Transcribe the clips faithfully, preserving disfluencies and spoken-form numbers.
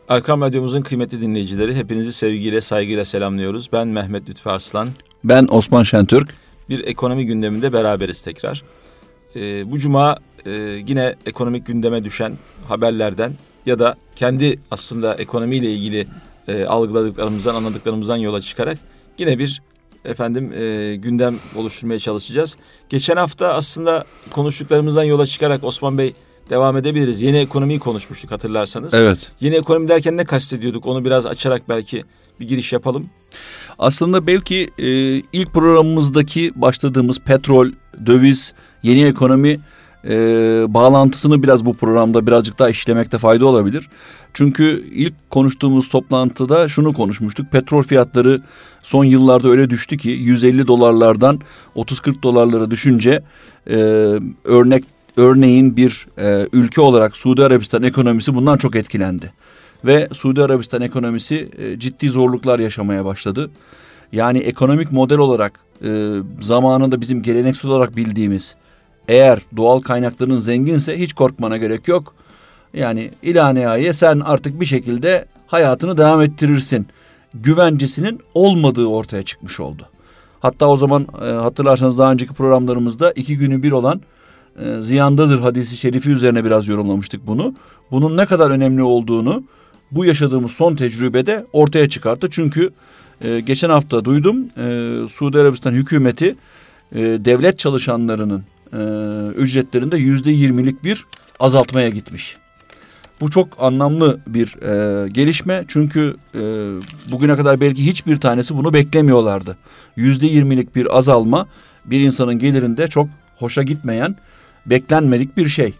Erkam Radyomuzun kıymetli dinleyicileri, hepinizi sevgiyle, saygıyla selamlıyoruz. Ben Mehmet Lütfü Arslan. Ben Osman Şentürk. Bir ekonomi gündeminde beraberiz tekrar. Ee, bu cuma e, yine ekonomik gündeme düşen haberlerden ya da kendi aslında ekonomiyle ilgili e, algıladıklarımızdan, anladıklarımızdan yola çıkarak yine bir efendim e, gündem oluşturmaya çalışacağız. Geçen hafta aslında konuştuklarımızdan yola çıkarak Osman Bey devam edebiliriz. Yeni ekonomiyi konuşmuştuk hatırlarsanız. Evet. Yeni ekonomi derken ne kastediyorduk? Onu biraz açarak belki bir giriş yapalım. Aslında belki e, ilk programımızdaki başladığımız petrol, döviz, yeni ekonomi e, bağlantısını biraz bu programda birazcık daha işlemekte fayda olabilir. Çünkü ilk konuştuğumuz toplantıda şunu konuşmuştuk. Petrol fiyatları son yıllarda öyle düştü ki yüz elli dolarlardan otuz kırk dolarlara düşünce e, örnek Örneğin bir e, ülke olarak Suudi Arabistan ekonomisi bundan çok etkilendi. Ve Suudi Arabistan ekonomisi e, ciddi zorluklar yaşamaya başladı. Yani ekonomik model olarak e, zamanında bizim geleneksel olarak bildiğimiz, eğer doğal kaynakların zenginse hiç korkmana gerek yok. Yani ilahe nihayet sen artık bir şekilde hayatını devam ettirirsin güvencesinin olmadığı ortaya çıkmış oldu. Hatta o zaman e, hatırlarsanız daha önceki programlarımızda iki günü bir olan e, ziyandadır hadisi şerifi üzerine biraz yorumlamıştık bunu. Bunun ne kadar önemli olduğunu bu yaşadığımız son tecrübede ortaya çıkarttı. Çünkü e, geçen hafta duydum e, Suudi Arabistan hükümeti e, devlet çalışanlarının e, ücretlerinde yüzde yirmilik bir azaltmaya gitmiş. Bu çok anlamlı bir e, gelişme çünkü e, bugüne kadar belki hiçbir tanesi bunu beklemiyorlardı. Yüzde yirmilik bir azalma bir insanın gelirinde çok hoşa gitmeyen, beklenmedik bir şey.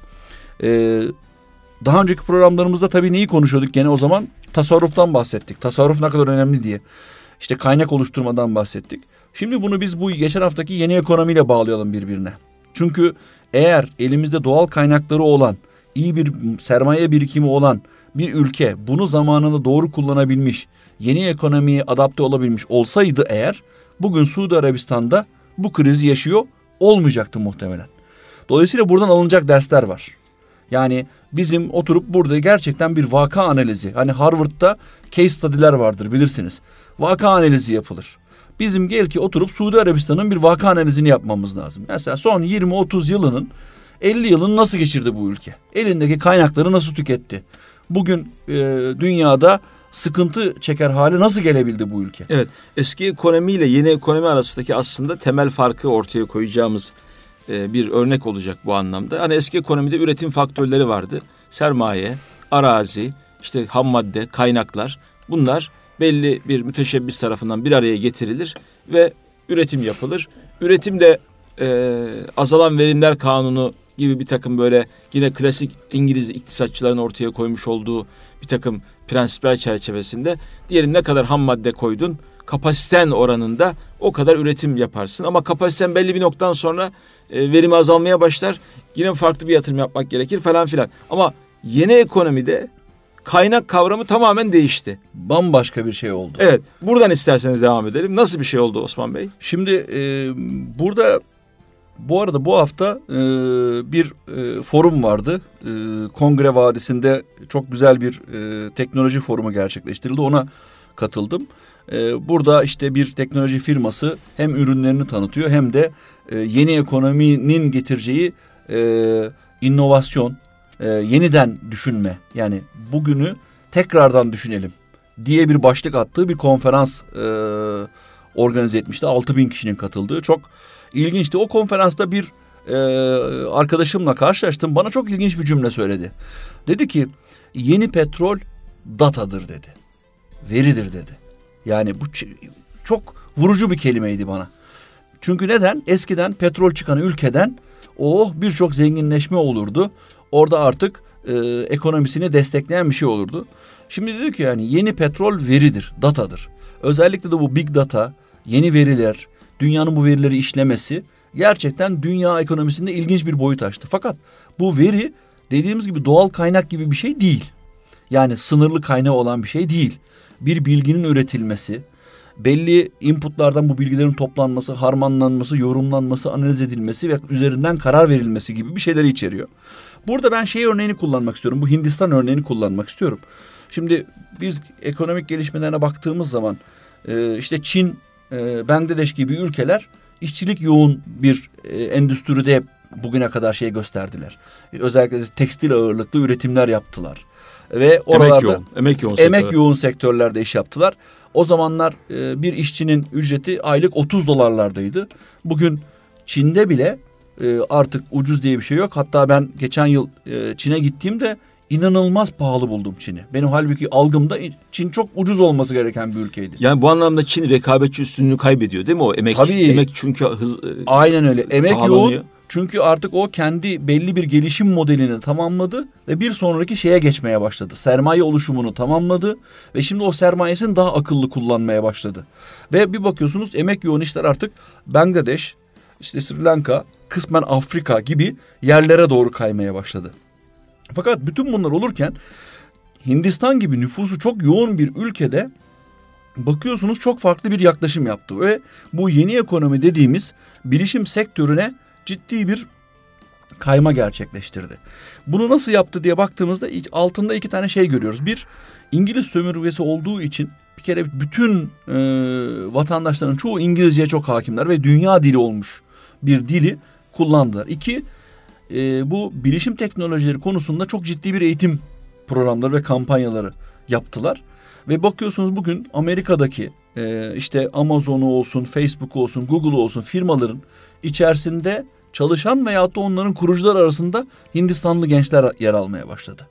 E, daha önceki programlarımızda tabii neyi konuşuyorduk gene o zaman? Tasarruftan bahsettik. Tasarruf ne kadar önemli diye. İşte kaynak oluşturmadan bahsettik. Şimdi bunu biz bu geçen haftaki yeni ekonomiyle bağlayalım birbirine. Çünkü eğer elimizde doğal kaynakları olan, iyi bir sermaye birikimi olan bir ülke bunu zamanında doğru kullanabilmiş, yeni ekonomiye adapte olabilmiş olsaydı eğer, bugün Suudi Arabistan'da bu krizi yaşıyor olmayacaktı muhtemelen. Dolayısıyla buradan alınacak dersler var. Yani bizim oturup burada gerçekten bir vaka analizi, hani Harvard'da case study'ler vardır bilirsiniz. Vaka analizi yapılır. Bizim gel ki oturup Suudi Arabistan'ın bir vaka analizini yapmamız lazım. Mesela son yirmi otuz yılının, elli yılını nasıl geçirdi bu ülke? Elindeki kaynakları nasıl tüketti? Bugün e, dünyada sıkıntı çeker hale nasıl gelebildi bu ülke? Evet, eski ekonomiyle yeni ekonomi arasındaki aslında temel farkı ortaya koyacağımız e, bir örnek olacak bu anlamda. Hani eski ekonomide üretim faktörleri vardı. Sermaye, arazi, işte ham madde, kaynaklar. Bunlar belli bir müteşebbis tarafından bir araya getirilir ve üretim yapılır. Üretimde e, azalan verimler kanunu gibi bir takım böyle yine klasik İngiliz iktisatçıların ortaya koymuş olduğu bir takım prensipler çerçevesinde diyelim ne kadar ham madde koydun, kapasiten oranında o kadar üretim yaparsın. Ama kapasiten belli bir noktadan sonra e, verimi azalmaya başlar. Yine farklı bir yatırım yapmak gerekir falan filan. Ama yeni ekonomide kaynak kavramı tamamen değişti. Bambaşka bir şey oldu. Evet, buradan isterseniz devam edelim. Nasıl bir şey oldu Osman Bey? Şimdi e, burada bu arada bu hafta e, bir e, forum vardı. E, Kongre Vadisi'nde çok güzel bir e, teknoloji forumu gerçekleştirildi. Ona katıldım. E, burada işte bir teknoloji firması hem ürünlerini tanıtıyor hem de e, yeni ekonominin getireceği e, inovasyon, e, yeniden düşünme. Yani bugünü tekrardan düşünelim diye bir başlık attığı bir konferans e, organize etmişti. altı bin kişinin katıldığı çok İlginçti. O konferansta bir e, arkadaşımla karşılaştım. Bana çok ilginç bir cümle söyledi. Dedi ki yeni petrol datadır dedi. Veridir dedi. Yani bu ç- çok vurucu bir kelimeydi bana. Çünkü neden? Eskiden petrol çıkan ülkeden o birçok zenginleşme olurdu. Orada artık e, ekonomisini destekleyen bir şey olurdu. Şimdi dedi ki yani yeni petrol veridir, datadır. Özellikle de bu big data, yeni veriler, dünyanın bu verileri işlemesi gerçekten dünya ekonomisinde ilginç bir boyut açtı. Fakat bu veri dediğimiz gibi doğal kaynak gibi bir şey değil. Yani sınırlı kaynağı olan bir şey değil. Bir bilginin üretilmesi, belli inputlardan bu bilgilerin toplanması, harmanlanması, yorumlanması, analiz edilmesi ve üzerinden karar verilmesi gibi bir şeyleri içeriyor. Burada ben şey örneğini kullanmak istiyorum. Bu Hindistan örneğini kullanmak istiyorum. Şimdi biz ekonomik gelişmelerine baktığımız zaman e, işte Çin, e, Bangladeş gibi ülkeler işçilik yoğun bir e, endüstride hep bugüne kadar şey gösterdiler. E, özellikle tekstil ağırlıklı üretimler yaptılar. Ve oralarda emek yoğun, emek yoğun, emek sektörler. yoğun sektörlerde iş yaptılar. O zamanlar e, bir işçinin ücreti aylık otuz dolarlardaydı. Bugün Çin'de bile e, artık ucuz diye bir şey yok. Hatta ben geçen yıl e, Çin'e gittiğimde inanılmaz pahalı buldum Çin'i. Benim halbuki algımda Çin çok ucuz olması gereken bir ülkeydi. Yani bu anlamda Çin rekabetçi üstünlüğünü kaybediyor değil mi o emek? Tabii. Emek çünkü hız Aynen öyle. Emek pahalanıyor. yoğun. Çünkü artık o kendi belli bir gelişim modelini tamamladı ve bir sonraki şeye geçmeye başladı. Sermaye oluşumunu tamamladı ve şimdi o sermayesini daha akıllı kullanmaya başladı. Ve bir bakıyorsunuz emek yoğun işler artık Bangladeş, işte Sri Lanka, kısmen Afrika gibi yerlere doğru kaymaya başladı. Fakat bütün bunlar olurken Hindistan gibi nüfusu çok yoğun bir ülkede bakıyorsunuz çok farklı bir yaklaşım yaptı ve bu yeni ekonomi dediğimiz bilişim sektörüne ciddi bir kayma gerçekleştirdi. Bunu nasıl yaptı diye baktığımızda altında iki tane şey görüyoruz. Bir, İngiliz sömürgesi olduğu için bir kere bütün e, vatandaşların çoğu İngilizceye çok hakimler ve dünya dili olmuş bir dili kullandılar. İki, e, bu bilişim teknolojileri konusunda çok ciddi bir eğitim programları ve kampanyaları yaptılar. Ve bakıyorsunuz bugün Amerika'daki e, işte Amazon'u olsun, Facebook'u olsun, Google'u olsun firmaların içerisinde çalışan veyahut da onların kurucular arasında Hindistanlı gençler yer almaya başladı.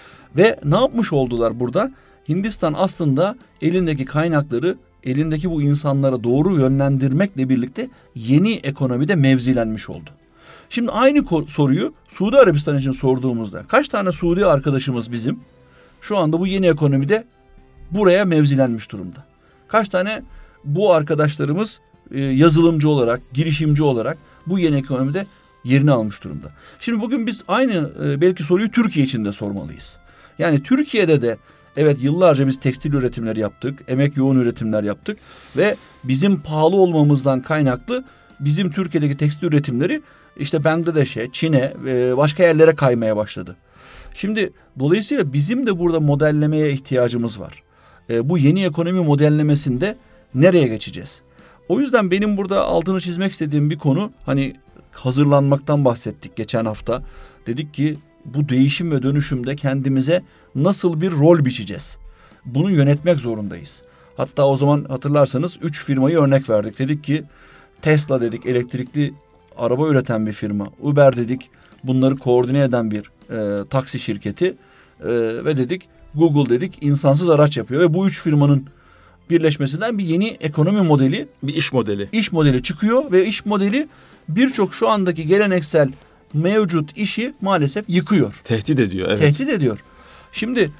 Ve ne yapmış oldular burada? Hindistan aslında elindeki kaynakları elindeki bu insanlara doğru yönlendirmekle birlikte yeni ekonomide mevzilenmiş oldu. Şimdi aynı soruyu Suudi Arabistan için sorduğumuzda kaç tane Suudi arkadaşımız bizim şu anda bu yeni ekonomide buraya mevzilenmiş durumda? Kaç tane bu arkadaşlarımız e, yazılımcı olarak, girişimci olarak bu yeni ekonomide yerini almış durumda? Şimdi bugün biz aynı e, belki soruyu Türkiye için de sormalıyız. Yani Türkiye'de de evet yıllarca biz tekstil üretimleri yaptık, emek yoğun üretimler yaptık ve bizim pahalı olmamızdan kaynaklı bizim Türkiye'deki tekstil üretimleri işte Bangladeş'e, Çin'e, e, başka yerlere kaymaya başladı. Şimdi dolayısıyla bizim de burada modellemeye ihtiyacımız var. E, bu yeni ekonomi modellemesinde nereye geçeceğiz? O yüzden benim burada altını çizmek istediğim bir konu, hani hazırlanmaktan bahsettik geçen hafta. Dedik ki bu değişim ve dönüşümde kendimize nasıl bir rol biçeceğiz? Bunu yönetmek zorundayız. Hatta o zaman hatırlarsanız üç firmayı örnek verdik. Dedik ki Tesla dedik, elektrikli araba üreten bir firma. Uber dedik, bunları koordine eden bir e, taksi şirketi. E, ve dedik Google dedik, insansız araç yapıyor. Ve bu üç firmanın birleşmesinden bir yeni ekonomi modeli, bir iş modeli. iş modeli çıkıyor ve iş modeli birçok şu andaki geleneksel mevcut işi maalesef yıkıyor. Tehdit ediyor. Evet. Tehdit ediyor. Şimdi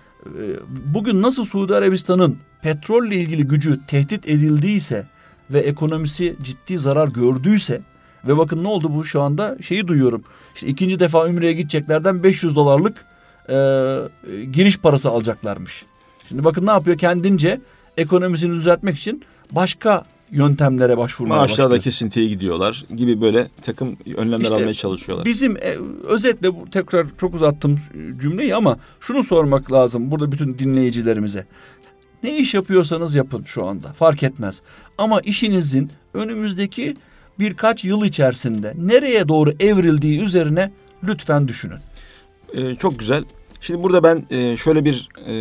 bugün nasıl Suudi Arabistan'ın petrolle ilgili gücü tehdit edildiyse ve ekonomisi ciddi zarar gördüyse ve bakın ne oldu, bu şu anda şeyi duyuyorum. İşte ikinci defa Ümre'ye gideceklerden beş yüz dolarlık e, giriş parası alacaklarmış. Şimdi bakın ne yapıyor, kendince ekonomisini düzeltmek için başka yöntemlere başvurmaya başlıyor. Maaşlarda kesintiye gidiyorlar gibi böyle takım önlemler İşte almaya çalışıyorlar. Bizim e, özetle bu, tekrar çok uzattım cümleyi ama şunu sormak lazım burada bütün dinleyicilerimize. Ne iş yapıyorsanız yapın şu anda, fark etmez. Ama işinizin önümüzdeki birkaç yıl içerisinde nereye doğru evrildiği üzerine lütfen düşünün. Ee, çok güzel. Şimdi burada ben e, şöyle bir e,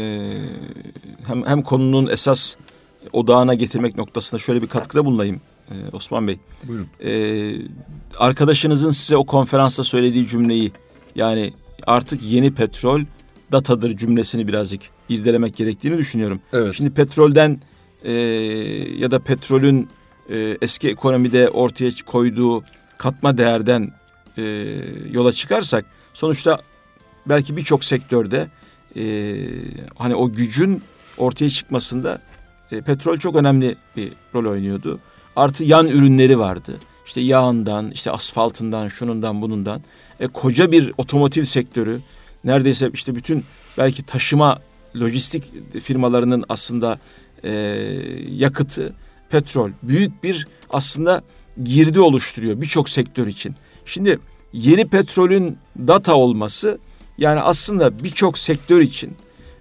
hem hem konunun esas odağına getirmek noktasında şöyle bir katkıda bulunayım e, Osman Bey. Buyurun. E, arkadaşınızın size o konferansta söylediği cümleyi, yani artık yeni petrol datadır cümlesini birazcık irdelemek gerektiğini düşünüyorum. Evet. Şimdi petrolden e, ya da petrolün e, eski ekonomide ortaya koyduğu katma değerden e, yola çıkarsak sonuçta belki birçok sektörde e, hani o gücün ortaya çıkmasında e, petrol çok önemli bir rol oynuyordu. Artı yan ürünleri vardı. İşte yağından, işte asfaltından, şunundan, bunundan. E, koca bir otomotiv sektörü, neredeyse işte bütün belki taşıma, lojistik firmalarının aslında e, yakıtı petrol. Büyük bir aslında girdi oluşturuyor birçok sektör için. Şimdi yeni petrolün data olması, yani aslında birçok sektör için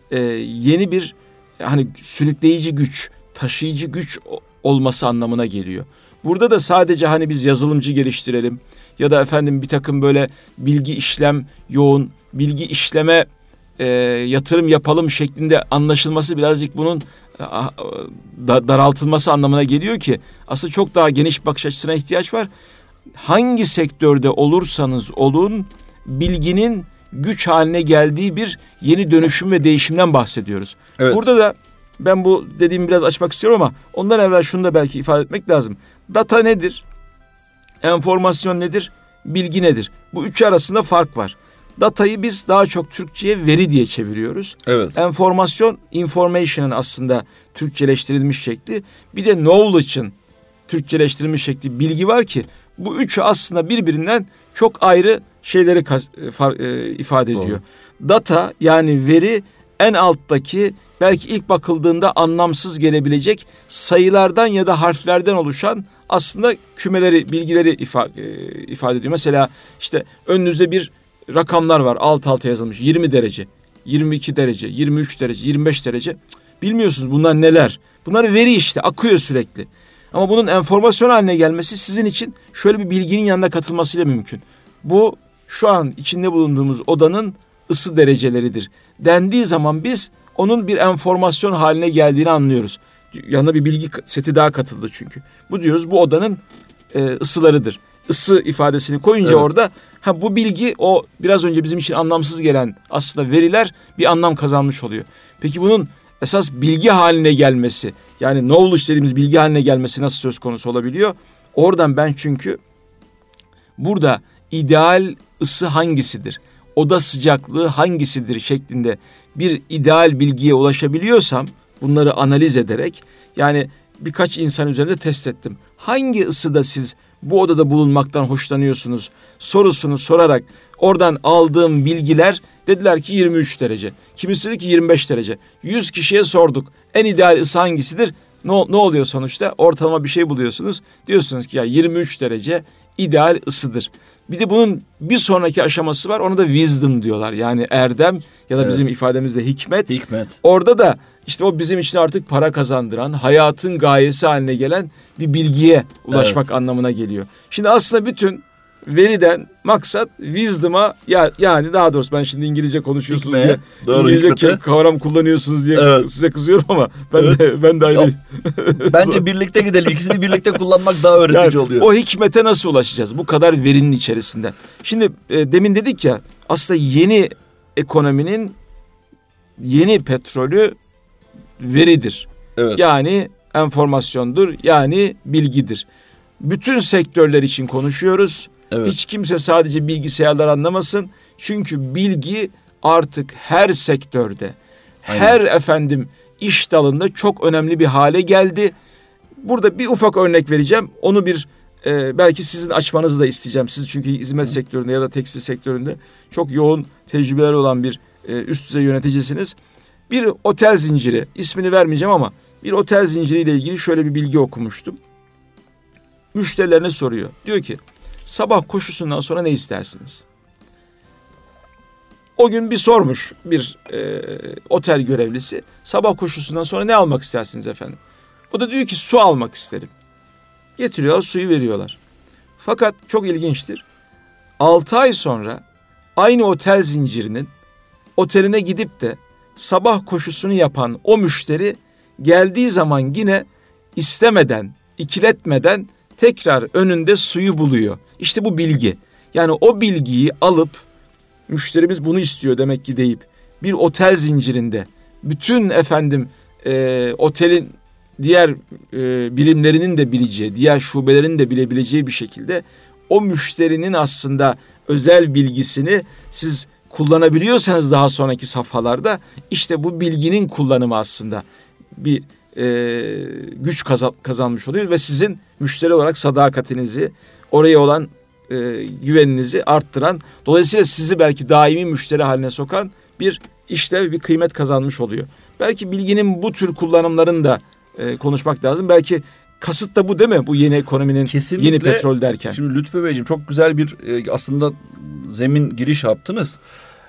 e, yeni bir hani sürükleyici güç, taşıyıcı güç olması anlamına geliyor. Burada da sadece hani biz yazılımcı geliştirelim ya da efendim bir takım böyle bilgi işlem yoğun, bilgi işleme e, yatırım yapalım şeklinde anlaşılması birazcık bunun e, da, daraltılması anlamına geliyor ki aslında çok daha geniş bakış açısına ihtiyaç var. Hangi sektörde olursanız olun bilginin güç haline geldiği bir yeni dönüşüm ve değişimden bahsediyoruz. Evet. Burada da ben bu dediğimi biraz açmak istiyorum ama ondan evvel şunu da belki ifade etmek lazım. Data nedir? Enformasyon nedir? Bilgi nedir? Bu üçü arasında fark var. Datayı biz daha çok Türkçe'ye veri diye çeviriyoruz. Evet. Enformasyon, information'ın aslında Türkçeleştirilmiş şekli. Bir de knowledge'ın Türkçeleştirilmiş şekli bilgi var ki bu üçü aslında birbirinden çok ayrı şeyleri far, e, ifade ediyor. Doğru. Data yani veri en alttaki belki ilk bakıldığında anlamsız gelebilecek sayılardan ya da harflerden oluşan aslında kümeleri, bilgileri ifade, e, ifade ediyor. Mesela işte önünüzde bir rakamlar var alt alta yazılmış yirmi derece, yirmi iki derece, yirmi üç derece, yirmi beş derece. Bilmiyorsunuz bunlar neler. Bunlar veri işte akıyor sürekli. Ama bunun enformasyon haline gelmesi sizin için şöyle bir bilginin yanına katılmasıyla mümkün. Bu şu an içinde bulunduğumuz odanın ısı dereceleridir dendiği zaman biz onun bir enformasyon haline geldiğini anlıyoruz. Yanına bir bilgi seti daha katıldı çünkü. Bu diyoruz bu odanın e, ısılarıdır. Isı ifadesini koyunca evet. orada ha bu bilgi o biraz önce bizim için anlamsız gelen aslında veriler bir anlam kazanmış oluyor. Peki bunun esas bilgi haline gelmesi yani knowledge dediğimiz bilgi haline gelmesi nasıl söz konusu olabiliyor? Oradan ben çünkü burada ideal ısı hangisidir? Oda sıcaklığı hangisidir şeklinde bir ideal bilgiye ulaşabiliyorsam bunları analiz ederek yani birkaç insan üzerinde test ettim. Hangi ısıda siz bu odada bulunmaktan hoşlanıyorsunuz sorusunu sorarak oradan aldığım bilgiler dediler ki yirmi üç derece. Kimisi dedi ki yirmi beş derece. yüz kişiye sorduk. En ideal ısı hangisidir? Ne, ne oluyor sonuçta? Ortalama bir şey buluyorsunuz. Diyorsunuz ki ya yirmi üç derece ideal ısıdır. Bir de bunun bir sonraki aşaması var. Ona da wisdom diyorlar. Yani erdem ya da evet. bizim ifademizde hikmet. Hikmet. Orada da işte o bizim için artık para kazandıran, hayatın gayesi haline gelen bir bilgiye ulaşmak evet. anlamına geliyor. Şimdi aslında bütün veriden maksat wisdom'a ya, yani daha doğrusu ben şimdi İngilizce konuşuyorsunuz Hikme, diye doğru, İngilizce hikmete. kavram kullanıyorsunuz diye evet. size kızıyorum ama ben evet. de ben de aynı. Bence birlikte gidelim. İkisini birlikte kullanmak daha öğretici yani, oluyor. O hikmete nasıl ulaşacağız? Bu kadar verinin içerisinde. Şimdi e, demin dedik ya aslında yeni ekonominin yeni petrolü veridir. Evet. Yani enformasyondur. Yani bilgidir. Bütün sektörler için konuşuyoruz. Evet. Hiç kimse sadece bilgisayarlar anlamasın. Çünkü bilgi artık her sektörde, Aynen. her efendim iş dalında çok önemli bir hale geldi. Burada bir ufak örnek vereceğim. Onu bir e, belki sizin açmanızı da isteyeceğim. Siz çünkü hizmet Hı. sektöründe ya da tekstil sektöründe çok yoğun tecrübeler olan bir e, üst düzey yöneticisiniz. Bir otel zinciri, ismini vermeyeceğim ama bir otel zinciriyle ilgili şöyle bir bilgi okumuştum. Müşterilerine soruyor. Diyor ki sabah koşusundan sonra ne istersiniz? O gün bir sormuş bir e, otel görevlisi. Sabah koşusundan sonra ne almak istersiniz efendim? O da diyor ki su almak isterim. Getiriyor suyu veriyorlar. Fakat çok ilginçtir. altı ay sonra aynı otel zincirinin oteline gidip de sabah koşusunu yapan o müşteri geldiği zaman yine istemeden, ikiletmeden tekrar önünde suyu buluyor. İşte bu bilgi. Yani o bilgiyi alıp müşterimiz bunu istiyor demek ki deyip bir otel zincirinde bütün efendim e, otelin diğer e, birimlerinin de bileceği, diğer şubelerinin de bilebileceği bir şekilde o müşterinin aslında özel bilgisini siz kullanabiliyorsanız daha sonraki safhalarda işte bu bilginin kullanımı aslında bir e, güç kazan, kazanmış oluyor ve sizin müşteri olarak sadakatinizi, oraya olan e, güveninizi arttıran, dolayısıyla sizi belki daimi müşteri haline sokan bir işlev, bir kıymet kazanmış oluyor. Belki bilginin bu tür kullanımlarını da e, konuşmak lazım. Belki kasıt da bu değil mi? Bu yeni ekonominin, kesinlikle, yeni petrol derken. Şimdi Lütfü Beyciğim çok güzel bir e, aslında zemin giriş yaptınız.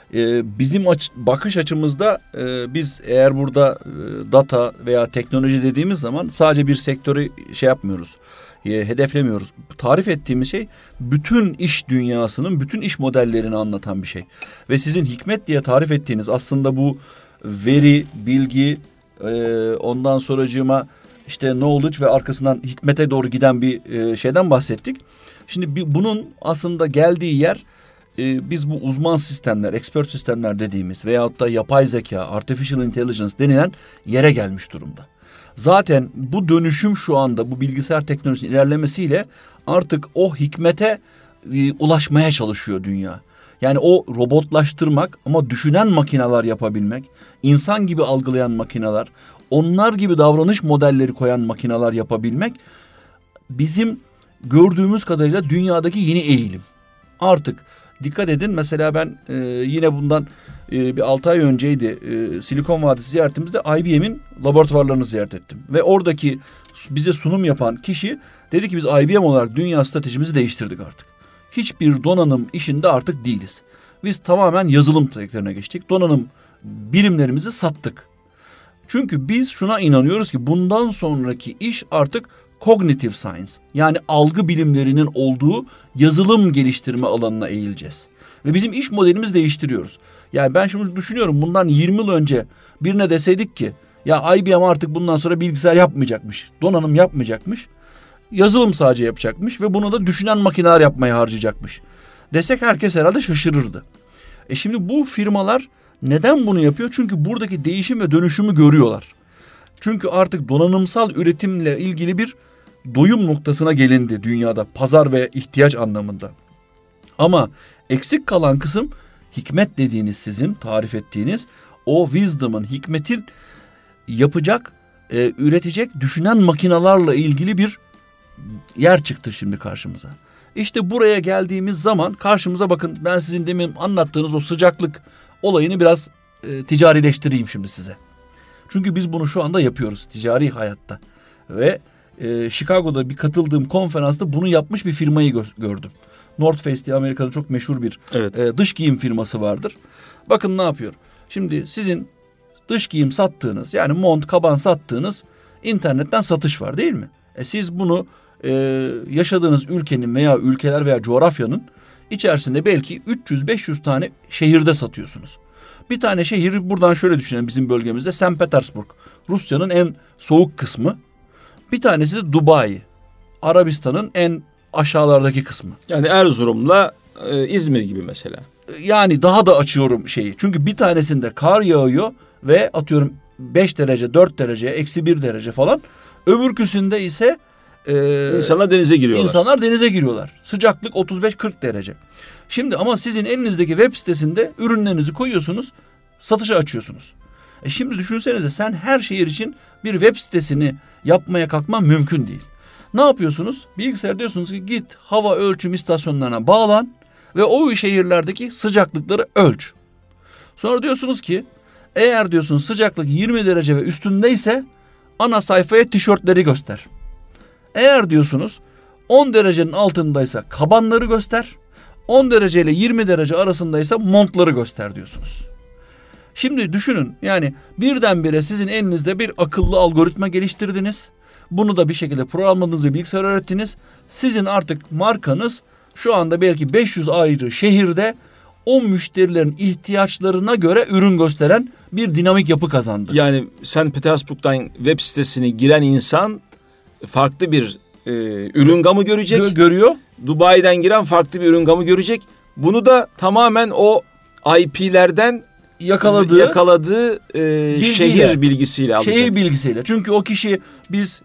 Ee, bizim aç, bakış açımızda e, biz eğer burada e, data veya teknoloji dediğimiz zaman sadece bir sektörü şey yapmıyoruz, e, hedeflemiyoruz. Tarif ettiğimiz şey bütün iş dünyasının bütün iş modellerini anlatan bir şey. Ve sizin hikmet diye tarif ettiğiniz aslında bu veri, bilgi, e, ondan sonracığıma işte knowledge ve arkasından hikmete doğru giden bir e, şeyden bahsettik. Şimdi bir, bunun aslında geldiği yer e, biz bu uzman sistemler, expert sistemler dediğimiz veyahut da yapay zeka, artificial intelligence denilen yere gelmiş durumda. Zaten bu dönüşüm şu anda bu bilgisayar teknolojisinin ilerlemesiyle artık o hikmete e, ulaşmaya çalışıyor dünya. Yani o robotlaştırmak ama düşünen makineler yapabilmek, insan gibi algılayan makineler, onlar gibi davranış modelleri koyan makineler yapabilmek bizim gördüğümüz kadarıyla dünyadaki yeni eğilim. Artık dikkat edin mesela ben e, yine bundan e, bir altı ay önceydi e, Silikon Vadisi ziyaretimizde I B M'in laboratuvarlarını ziyaret ettim. Ve oradaki bize sunum yapan kişi dedi ki biz I B M olarak dünya stratejimizi değiştirdik artık. Hiçbir donanım işinde artık değiliz. Biz tamamen yazılım sektörüne geçtik. Donanım birimlerimizi sattık. Çünkü biz şuna inanıyoruz ki bundan sonraki iş artık cognitive science, yani algı bilimlerinin olduğu yazılım geliştirme alanına eğileceğiz. Ve bizim iş modelimizi değiştiriyoruz. Yani ben şimdi düşünüyorum bundan yirmi yıl önce birine deseydik ki ya I B M artık bundan sonra bilgisayar yapmayacakmış, donanım yapmayacakmış, yazılım sadece yapacakmış ve bunu da düşünen makineler yapmaya harcayacakmış desek herkes herhalde şaşırırdı. E şimdi bu firmalar neden bunu yapıyor? Çünkü buradaki değişim ve dönüşümü görüyorlar. Çünkü artık donanımsal üretimle ilgili bir doyum noktasına gelindi dünyada, pazar ve ihtiyaç anlamında. Ama eksik kalan kısım hikmet dediğiniz sizin tarif ettiğiniz o wisdom'ın, hikmetin yapacak, e, üretecek, düşünen makinalarla ilgili bir yer çıktı şimdi karşımıza. İşte buraya geldiğimiz zaman karşımıza bakın ben sizin demin anlattığınız o sıcaklık olayını biraz e, ticarileştireyim şimdi size. Çünkü biz bunu şu anda yapıyoruz ticari hayatta. Ve e, Chicago'da bir katıldığım konferansta bunu yapmış bir firmayı gö- gördüm. North Face diye Amerika'da çok meşhur bir evet. e, dış giyim firması vardır. Bakın ne yapıyor. Şimdi sizin dış giyim sattığınız yani mont, kaban sattığınız internetten satış var değil mi? E siz bunu e, yaşadığınız ülkenin veya ülkeler veya coğrafyanın içerisinde belki üç yüz beş yüz tane şehirde satıyorsunuz. Bir tane şehir buradan şöyle düşünelim bizim bölgemizde Sankt Petersburg. Rusya'nın en soğuk kısmı. Bir tanesi de Dubai. Arabistan'ın en aşağılardaki kısmı. Yani Erzurum'la e, İzmir gibi mesela. Yani daha da açıyorum şeyi. Çünkü bir tanesinde kar yağıyor ve atıyorum beş derece, dört derece, eksi bir derece falan. Öbürküsünde ise e, insanlar denize giriyorlar. İnsanlar denize giriyorlar. Sıcaklık otuz beş kırk derece. Şimdi ama sizin elinizdeki web sitesinde ürünlerinizi koyuyorsunuz, satışa açıyorsunuz. E şimdi düşünsenize sen her şehir için bir web sitesini yapmaya kalkman mümkün değil. Ne yapıyorsunuz? Bilgisayar diyorsunuz ki git hava ölçüm istasyonlarına bağlan ve o şehirlerdeki sıcaklıkları ölç. Sonra diyorsunuz ki eğer diyorsunuz sıcaklık yirmi derece ve üstündeyse ana sayfaya tişörtleri göster. Eğer diyorsunuz on derecenin altındaysa kabanları göster. on derece ile yirmi derece arasındaysa montları göster diyorsunuz. Şimdi düşünün yani birdenbire sizin elinizde bir akıllı algoritma geliştirdiniz. Bunu da bir şekilde programladınız ve bilgisayar öğrettiniz. Sizin artık markanız şu anda belki beş yüz ayrı şehirde o müşterilerin ihtiyaçlarına göre ürün gösteren bir dinamik yapı kazandı. Yani Sankt Petersburg'dan web sitesine giren insan farklı bir e, ürün gamı görecek. Gö- görüyor. Dubai'den giren farklı bir ürün gamı görecek. Bunu da tamamen o I P'lerden yakaladığı, yakaladığı e, bilgiyle, şehir bilgisiyle alacak. Şehir bilgisiyle. Çünkü o kişi biz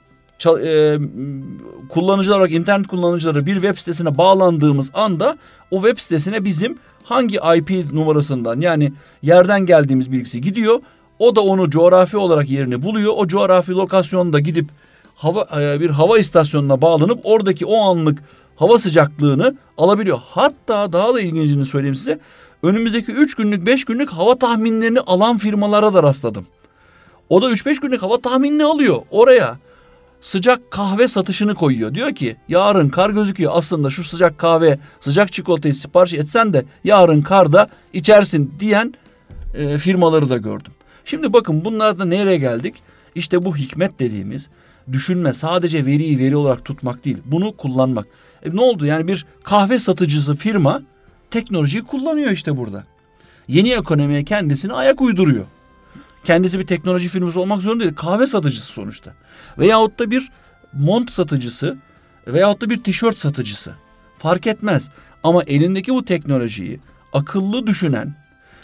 e, kullanıcılar olarak internet kullanıcıları bir web sitesine bağlandığımız anda o web sitesine bizim hangi I P numarasından yani yerden geldiğimiz bilgisi gidiyor. O da onu coğrafi olarak yerini buluyor. O coğrafi lokasyonda gidip hava bir hava istasyonuna bağlanıp oradaki o anlık hava sıcaklığını alabiliyor. Hatta daha da ilgincini söyleyeyim size. Önümüzdeki üç günlük beş günlük hava tahminlerini alan firmalara da rastladım. O da üç beş günlük hava tahminini alıyor. Oraya sıcak kahve satışını koyuyor. Diyor ki yarın kar gözüküyor. Aslında şu sıcak kahve, sıcak çikolatayı sipariş etsen de yarın karda içersin diyen e, firmaları da gördüm. Şimdi bakın bunlarda nereye geldik? İşte bu hikmet dediğimiz düşünme, sadece veriyi veri olarak tutmak değil, bunu kullanmak. E ne oldu? Yani bir kahve satıcısı firma teknolojiyi kullanıyor işte burada. Yeni ekonomiye kendisini ayak uyduruyor. Kendisi bir teknoloji firması olmak zorunda değil. Kahve satıcısı sonuçta. Veyahut da bir mont satıcısı veyahut da bir tişört satıcısı. Fark etmez. Ama elindeki bu teknolojiyi akıllı düşünen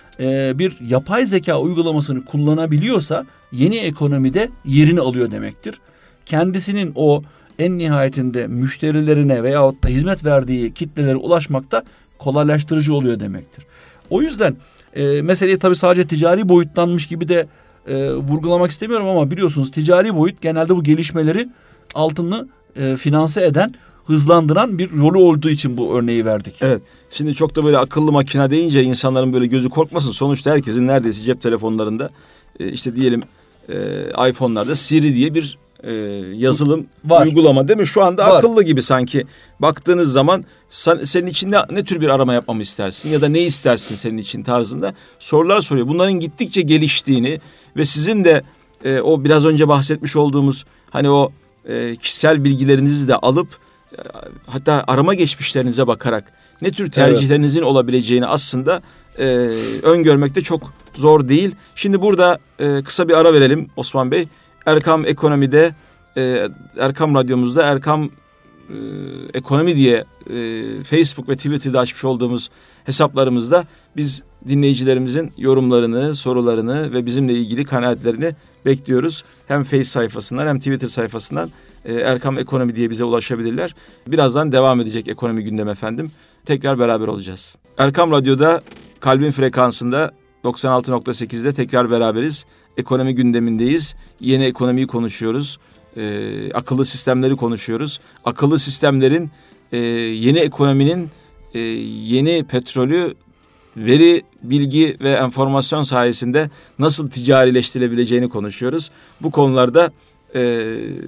e, bir yapay zeka uygulamasını kullanabiliyorsa yeni ekonomide yerini alıyor demektir. Kendisinin o en nihayetinde müşterilerine veyahut da hizmet verdiği kitlelere ulaşmakta kolaylaştırıcı oluyor demektir. O yüzden e, meseleyi tabii sadece ticari boyutlanmış gibi de e, vurgulamak istemiyorum ama biliyorsunuz ticari boyut genelde bu gelişmeleri altını e, finanse eden, hızlandıran bir yolu olduğu için bu örneği verdik. Evet. Şimdi çok da böyle akıllı makine deyince insanların böyle gözü korkmasın. Sonuçta herkesin neredeyse cep telefonlarında e, işte diyelim e, iPhone'larda Siri diye bir e, yazılım var. Uygulama değil mi? Şu anda var. Akıllı gibi sanki. Baktığınız zaman sen, senin için ne, ne tür bir arama yapmamı istersin ya da ne istersin senin için tarzında sorular soruyor. Bunların gittikçe geliştiğini ve sizin de e, o biraz önce bahsetmiş olduğumuz hani o e, kişisel bilgilerinizi de alıp e, hatta arama geçmişlerinize bakarak ne tür tercihlerinizin evet. olabileceğini aslında e, öngörmekte çok zor değil. Şimdi burada e, kısa bir ara verelim Osman Bey. Erkam Ekonomi'de, e, Erkam Radyomuzda Erkam e, Ekonomi diye e, Facebook ve Twitter'da açmış olduğumuz hesaplarımızda biz dinleyicilerimizin yorumlarını, sorularını ve bizimle ilgili kanaatlerini bekliyoruz. Hem Face sayfasından hem Twitter sayfasından e, Erkam Ekonomi diye bize ulaşabilirler. Birazdan devam edecek ekonomi gündem efendim. Tekrar beraber olacağız. Erkam Radyo'da Kalbin Frekansı'nda doksan altı nokta sekizde tekrar beraberiz. Ekonomi gündemindeyiz. Yeni ekonomiyi konuşuyoruz. Ee, akıllı sistemleri konuşuyoruz. Akıllı sistemlerin e, yeni ekonominin e, yeni petrolü veri, bilgi ve enformasyon sayesinde nasıl ticarileştirilebileceğini konuşuyoruz. Bu konularda e,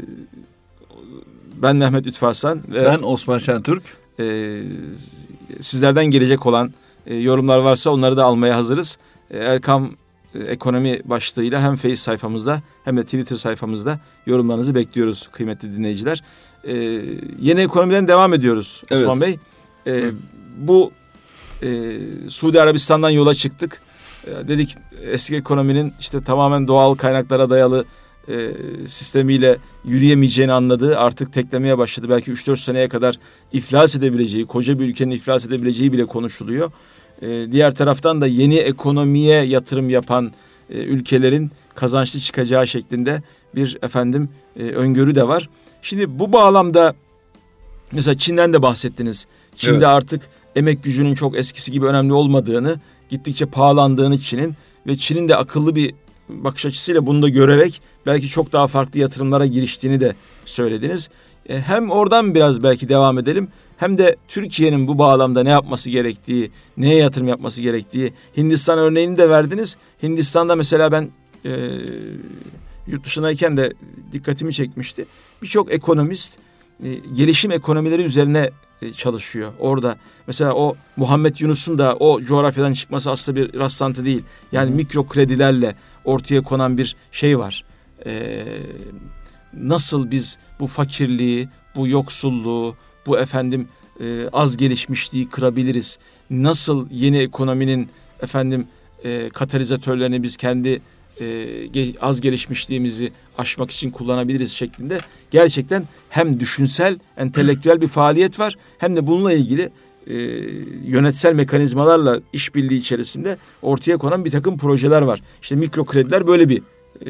ben Mehmet Ütfarsan ve ben Osman Şentürk. E, sizlerden gelecek olan e, yorumlar varsa onları da almaya hazırız. E, Erkam Ekonomi başlığıyla hem Face sayfamızda hem de Twitter sayfamızda yorumlarınızı bekliyoruz kıymetli dinleyiciler. Ee, yeni ekonomiden devam ediyoruz evet. Osman Bey. Ee, bu e, Suudi Arabistan'dan yola çıktık. Ee, dedik eski ekonominin işte tamamen doğal kaynaklara dayalı e, sistemiyle yürüyemeyeceğini anladı. Artık teklemeye başladı. Belki üç dört seneye kadar iflas edebileceği, koca bir ülkenin iflas edebileceği bile konuşuluyor. Diğer taraftan da yeni ekonomiye yatırım yapan e, ülkelerin kazançlı çıkacağı şeklinde bir efendim e, öngörü de var. Şimdi bu bağlamda mesela Çin'den de bahsettiniz. Çin'de evet. artık emek gücünün çok eskisi gibi önemli olmadığını, gittikçe pahalandığını Çin'in ve Çin'in de akıllı bir bakış açısıyla bunu da görerek belki çok daha farklı yatırımlara giriştiğini de söylediniz. E, hem oradan biraz belki devam edelim. Hem de Türkiye'nin bu bağlamda ne yapması gerektiği, neye yatırım yapması gerektiği, Hindistan örneğini de verdiniz. Hindistan'da mesela ben e, yurt dışındayken de dikkatimi çekmişti. Birçok ekonomist e, gelişim ekonomileri üzerine e, çalışıyor orada. Mesela o Muhammed Yunus'un da o coğrafyadan çıkması aslında bir rastlantı değil. Yani Hı-hı. mikro kredilerle ortaya konan bir şey var. E, nasıl biz bu fakirliği, bu yoksulluğu, bu efendim e, az gelişmişliği kırabiliriz? Nasıl yeni ekonominin efendim e, katalizatörlerini biz kendi e, ge, az gelişmişliğimizi aşmak için kullanabiliriz şeklinde gerçekten hem düşünsel, entelektüel bir faaliyet var hem de bununla ilgili e, yönetsel mekanizmalarla işbirliği içerisinde ortaya konan bir takım projeler var. İşte mikro krediler böyle bir e,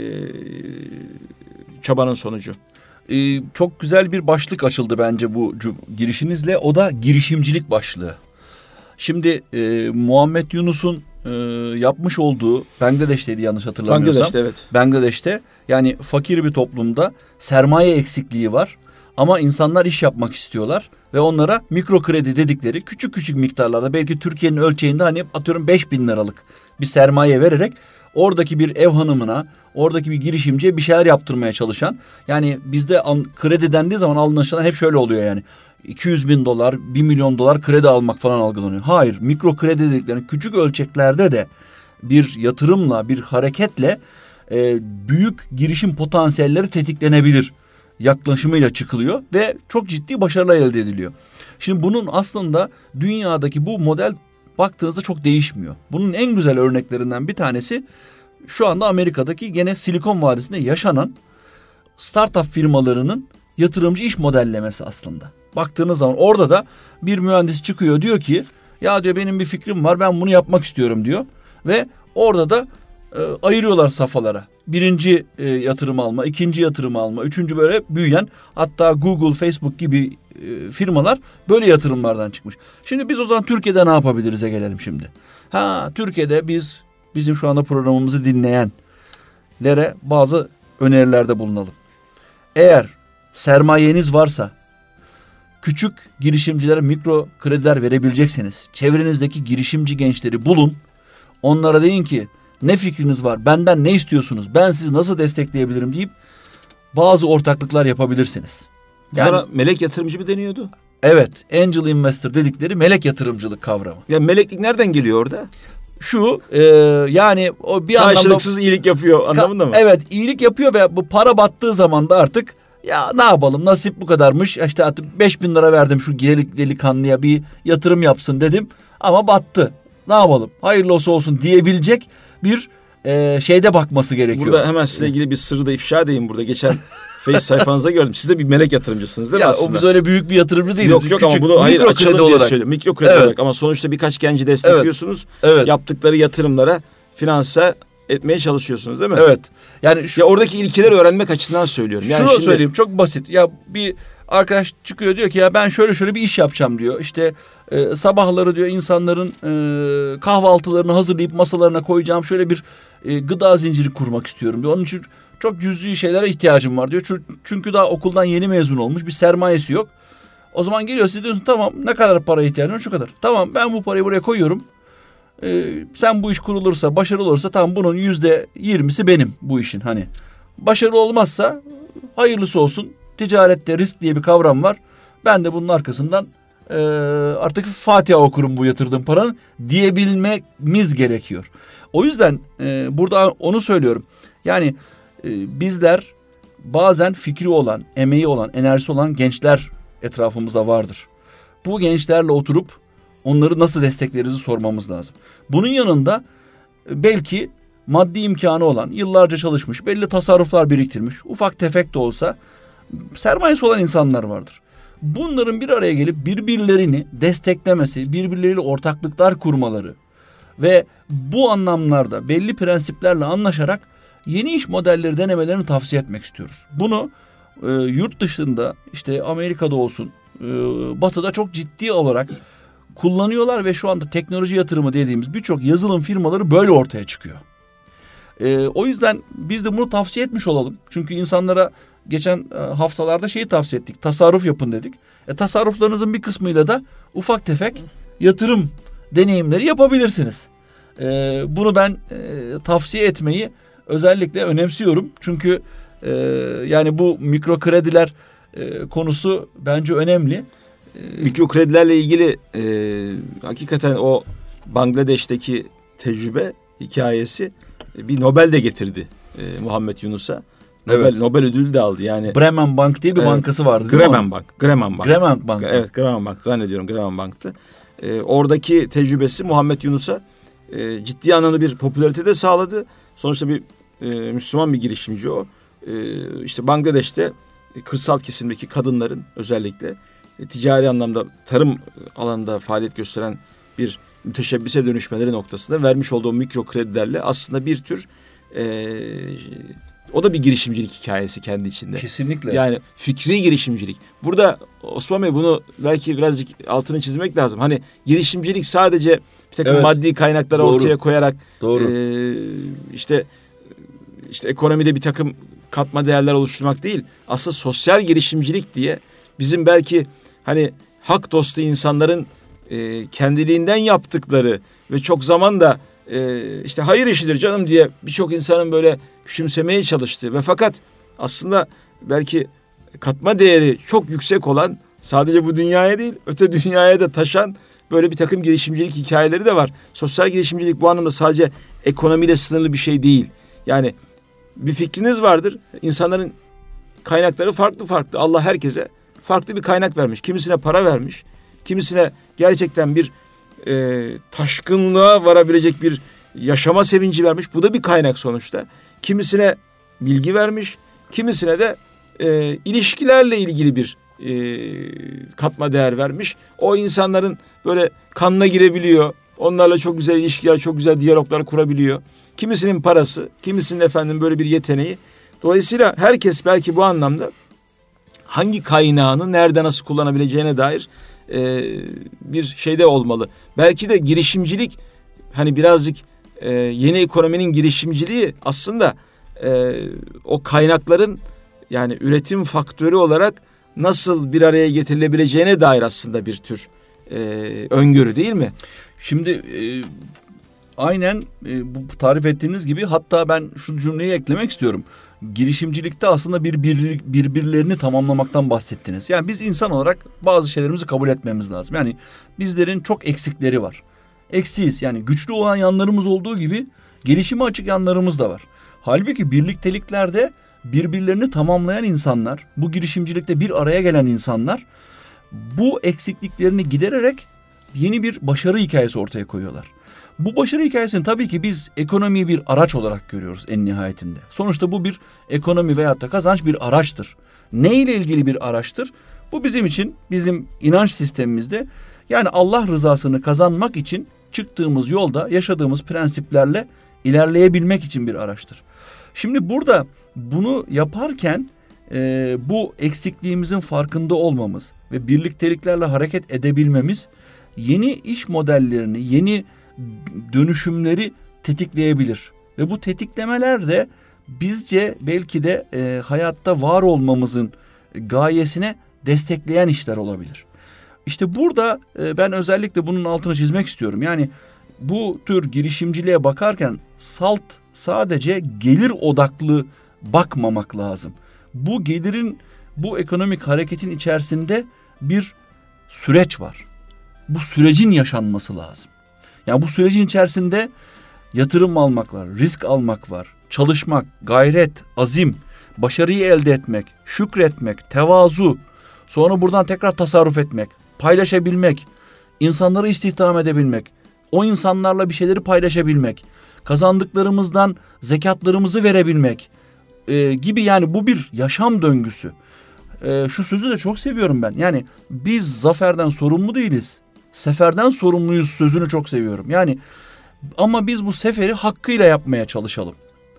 çabanın sonucu. Ee, çok güzel bir başlık açıldı bence bu girişinizle. O da girişimcilik başlığı. Şimdi e, Muhammed Yunus'un e, yapmış olduğu Bangladeş'teydi yanlış hatırlamıyorsam. Bangladeş'te evet. Bangladeş'te yani fakir bir toplumda sermaye eksikliği var. Ama insanlar iş yapmak istiyorlar ve onlara mikro kredi dedikleri küçük küçük miktarlarda belki Türkiye'nin ölçeğinde hani atıyorum beş bin liralık bir sermaye vererek oradaki bir ev hanımına, oradaki bir girişimciye bir şeyler yaptırmaya çalışan. Yani bizde an, kredi dendiği zaman anlaşılan hep şöyle oluyor yani. iki yüz bin dolar, bir milyon dolar kredi almak falan algılanıyor. Hayır, mikro kredi dedikleri küçük ölçeklerde de bir yatırımla, bir hareketle e, büyük girişim potansiyelleri tetiklenebilir yaklaşımıyla çıkılıyor ve çok ciddi başarılar elde ediliyor. Şimdi bunun aslında dünyadaki bu model baktığınızda çok değişmiyor. Bunun en güzel örneklerinden bir tanesi şu anda Amerika'daki gene Silikon Vadisi'nde yaşanan startup firmalarının yatırımcı iş modellemesi aslında. Baktığınız zaman orada da bir mühendis çıkıyor, diyor ki ya diyor benim bir fikrim var, ben bunu yapmak istiyorum diyor. Ve orada da e, ayırıyorlar safhalara. Birinci e, yatırım alma, ikinci yatırım alma, üçüncü, böyle büyüyen, hatta Google, Facebook gibi e, firmalar böyle yatırımlardan çıkmış. Şimdi biz o zaman Türkiye'de ne yapabiliriz'e gelelim şimdi. Ha, Türkiye'de biz bizim şu anda programımızı dinleyenlere bazı önerilerde bulunalım. Eğer sermayeniz varsa, küçük girişimcilere mikro krediler verebilecekseniz, çevrenizdeki girişimci gençleri bulun. Onlara deyin ki ne fikriniz var, benden ne istiyorsunuz, ben sizi nasıl destekleyebilirim deyip bazı ortaklıklar yapabilirsiniz. Yani, bunlara melek yatırımcı mı deniyordu? Evet, angel investor dedikleri melek yatırımcılık kavramı. Ya meleklik nereden geliyor orada? Şu e, yani o bir karşılıksız anlamda... Karşılıksız iyilik yapıyor anlamında mı? Evet, iyilik yapıyor ve bu para battığı zaman da artık ya ne yapalım, nasip bu kadarmış, işte artık beş bin lira verdim şu gelik delikanlıya, bir yatırım yapsın dedim ama battı. Ne yapalım, hayırlı olsun olsun diyebilecek bir e, şeyde bakması gerekiyor. Burada hemen sizinle ilgili bir sırrı da ifşa edeyim burada. Geçen Face sayfanızda gördüm. Siz de bir melek yatırımcısınız değil mi ya, aslında? O biz öyle büyük bir yatırımcı değiliz. Yok yok Küçük, ama bunu hayır açalım diye olarak söylüyorum. Mikro kredi evet. olarak ama sonuçta birkaç genci destekliyorsunuz. Evet. Evet. Yaptıkları yatırımlara finanse etmeye çalışıyorsunuz değil mi? Evet. Yani şu, ya oradaki ilkeleri öğrenmek açısından söylüyorum. Yani şunu şimdi... söyleyeyim, çok basit. Ya bir arkadaş çıkıyor, diyor ki ya ben şöyle şöyle bir iş yapacağım diyor. İşte e, sabahları diyor insanların e, kahvaltılarını hazırlayıp masalarına koyacağım şöyle bir e, gıda zinciri kurmak istiyorum diyor. Onun için çok cüzi şeylere ihtiyacım var diyor. Çünkü daha okuldan yeni mezun olmuş, bir sermayesi yok. O zaman geliyor, siz diyorsun tamam ne kadar paraya ihtiyacın var, şu kadar. Tamam, ben bu parayı buraya koyuyorum. Ee, sen bu iş kurulursa, başarılı olursa tamam, bunun yüzde yirmisi benim bu işin. Hani başarılı olmazsa hayırlısı olsun. Ticarette risk diye bir kavram var. Ben de bunun arkasından e, artık Fatiha okurum bu yatırdığım paranın diyebilmemiz gerekiyor. O yüzden e, burada onu söylüyorum. Yani e, bizler bazen fikri olan, emeği olan, enerjisi olan gençler etrafımızda vardır. Bu gençlerle oturup onları nasıl destekleriz sormamız lazım. Bunun yanında belki maddi imkanı olan, yıllarca çalışmış, belli tasarruflar biriktirmiş, ufak tefek de olsa sermayesi olan insanlar vardır. Bunların bir araya gelip birbirlerini desteklemesi, birbirleriyle ortaklıklar kurmaları ve bu anlamlarda belli prensiplerle anlaşarak yeni iş modelleri denemelerini tavsiye etmek istiyoruz. Bunu e, yurt dışında, işte Amerika'da olsun, e, Batı'da çok ciddi olarak kullanıyorlar ve şu anda teknoloji yatırımı dediğimiz birçok yazılım firmaları böyle ortaya çıkıyor. Ee, o yüzden biz de bunu tavsiye etmiş olalım. Çünkü insanlara geçen haftalarda şeyi tavsiye ettik. Tasarruf yapın dedik. E, tasarruflarınızın bir kısmıyla da ufak tefek yatırım deneyimleri yapabilirsiniz. Ee, bunu ben e, tavsiye etmeyi özellikle önemsiyorum. Çünkü e, yani bu mikro krediler e, konusu bence önemli. Mikro kredilerle ilgili e, hakikaten o Bangladeş'teki tecrübe hikayesi e, bir Nobel de getirdi e, Muhammed Yunus'a. Nobel, evet. Nobel ödülü de aldı yani. Bremen Bank diye bir evet, bankası vardı. Bremen Bank. Bremen Bank. Bremen Bank. Evet, Bremen Bank zannediyorum, Bremen Bank'tı. E, oradaki tecrübesi Muhammed Yunus'a e, ciddi anlamda bir popülarite de sağladı. Sonuçta bir e, Müslüman bir girişimci o. E, işte Bangladeş'te e, kırsal kesimdeki kadınların özellikle ticari anlamda tarım alanında faaliyet gösteren bir müteşebbise dönüşmeleri noktasında vermiş olduğu mikro kredilerle aslında bir tür e, o da bir girişimcilik hikayesi kendi içinde. Kesinlikle. Yani fikri girişimcilik. Burada Osman Bey bunu belki birazcık altını çizmek lazım. Hani girişimcilik sadece bir takım evet, maddi kaynakları doğru, ortaya koyarak doğru. E, işte işte ekonomide bir takım katma değerler oluşturmak değil. Aslında sosyal girişimcilik diye bizim belki hani hak dostu insanların e, kendiliğinden yaptıkları ve çok zaman da e, işte hayır işidir canım diye birçok insanın böyle küçümsemeye çalıştığı ve fakat aslında belki katma değeri çok yüksek olan, sadece bu dünyaya değil öte dünyaya da taşan böyle bir takım girişimcilik hikayeleri de var. Sosyal girişimcilik bu anlamda sadece ekonomiyle sınırlı bir şey değil. Yani bir fikriniz vardır. İnsanların kaynakları farklı farklı. Allah herkese farklı bir kaynak vermiş. Kimisine para vermiş. Kimisine gerçekten bir e, taşkınlığa varabilecek bir yaşama sevinci vermiş. Bu da bir kaynak sonuçta. Kimisine bilgi vermiş. Kimisine de e, ilişkilerle ilgili bir e, katma değer vermiş. O insanların böyle kanına girebiliyor. Onlarla çok güzel ilişkiler, çok güzel diyaloglar kurabiliyor. Kimisinin parası, kimisinin efendim böyle bir yeteneği. Dolayısıyla herkes belki bu anlamda hangi kaynağını nerede nasıl kullanabileceğine dair e, bir şeyde olmalı. Belki de girişimcilik hani birazcık e, yeni ekonominin girişimciliği aslında e, o kaynakların yani üretim faktörü olarak nasıl bir araya getirilebileceğine dair aslında bir tür e, öngörü değil mi? Şimdi e, aynen e, bu tarif ettiğiniz gibi, hatta ben şu cümleyi eklemek istiyorum. Girişimcilikte aslında bir, bir birbirlerini tamamlamaktan bahsettiniz. Yani biz insan olarak bazı şeylerimizi kabul etmemiz lazım. Yani bizlerin çok eksikleri var. Eksiyiz. Yani güçlü olan yanlarımız olduğu gibi gelişime açık yanlarımız da var. Halbuki birlikteliklerde birbirlerini tamamlayan insanlar, bu girişimcilikte bir araya gelen insanlar bu eksikliklerini gidererek yeni bir başarı hikayesi ortaya koyuyorlar. Bu başarı hikayesini tabii ki biz ekonomiyi bir araç olarak görüyoruz en nihayetinde. Sonuçta bu bir ekonomi veyahut da kazanç bir araçtır. Ne ile ilgili bir araçtır? Bu bizim için, bizim inanç sistemimizde yani Allah rızasını kazanmak için çıktığımız yolda yaşadığımız prensiplerle ilerleyebilmek için bir araçtır. Şimdi burada bunu yaparken e, bu eksikliğimizin farkında olmamız ve birlikteliklerle hareket edebilmemiz yeni iş modellerini, yeni dönüşümleri tetikleyebilir. Ve bu tetiklemeler de bizce belki de e, hayatta var olmamızın gayesine destekleyen işler olabilir. İşte burada e, ben özellikle bunun altını çizmek istiyorum. Yani bu tür girişimciliğe bakarken salt sadece gelir odaklı bakmamak lazım. Bu gelirin, bu ekonomik hareketin içerisinde bir süreç var. Bu sürecin yaşanması lazım. Yani bu sürecin içerisinde yatırım almak var, risk almak var, çalışmak, gayret, azim, başarıyı elde etmek, şükretmek, tevazu, sonra buradan tekrar tasarruf etmek, paylaşabilmek, insanları istihdam edebilmek, o insanlarla bir şeyleri paylaşabilmek, kazandıklarımızdan zekatlarımızı verebilmek e, gibi, yani bu bir yaşam döngüsü. E, şu sözü de çok seviyorum ben. Yani biz zaferden sorumlu değiliz, seferden sorumluyuz sözünü çok seviyorum. Yani ama biz bu seferi hakkıyla yapmaya çalışalım.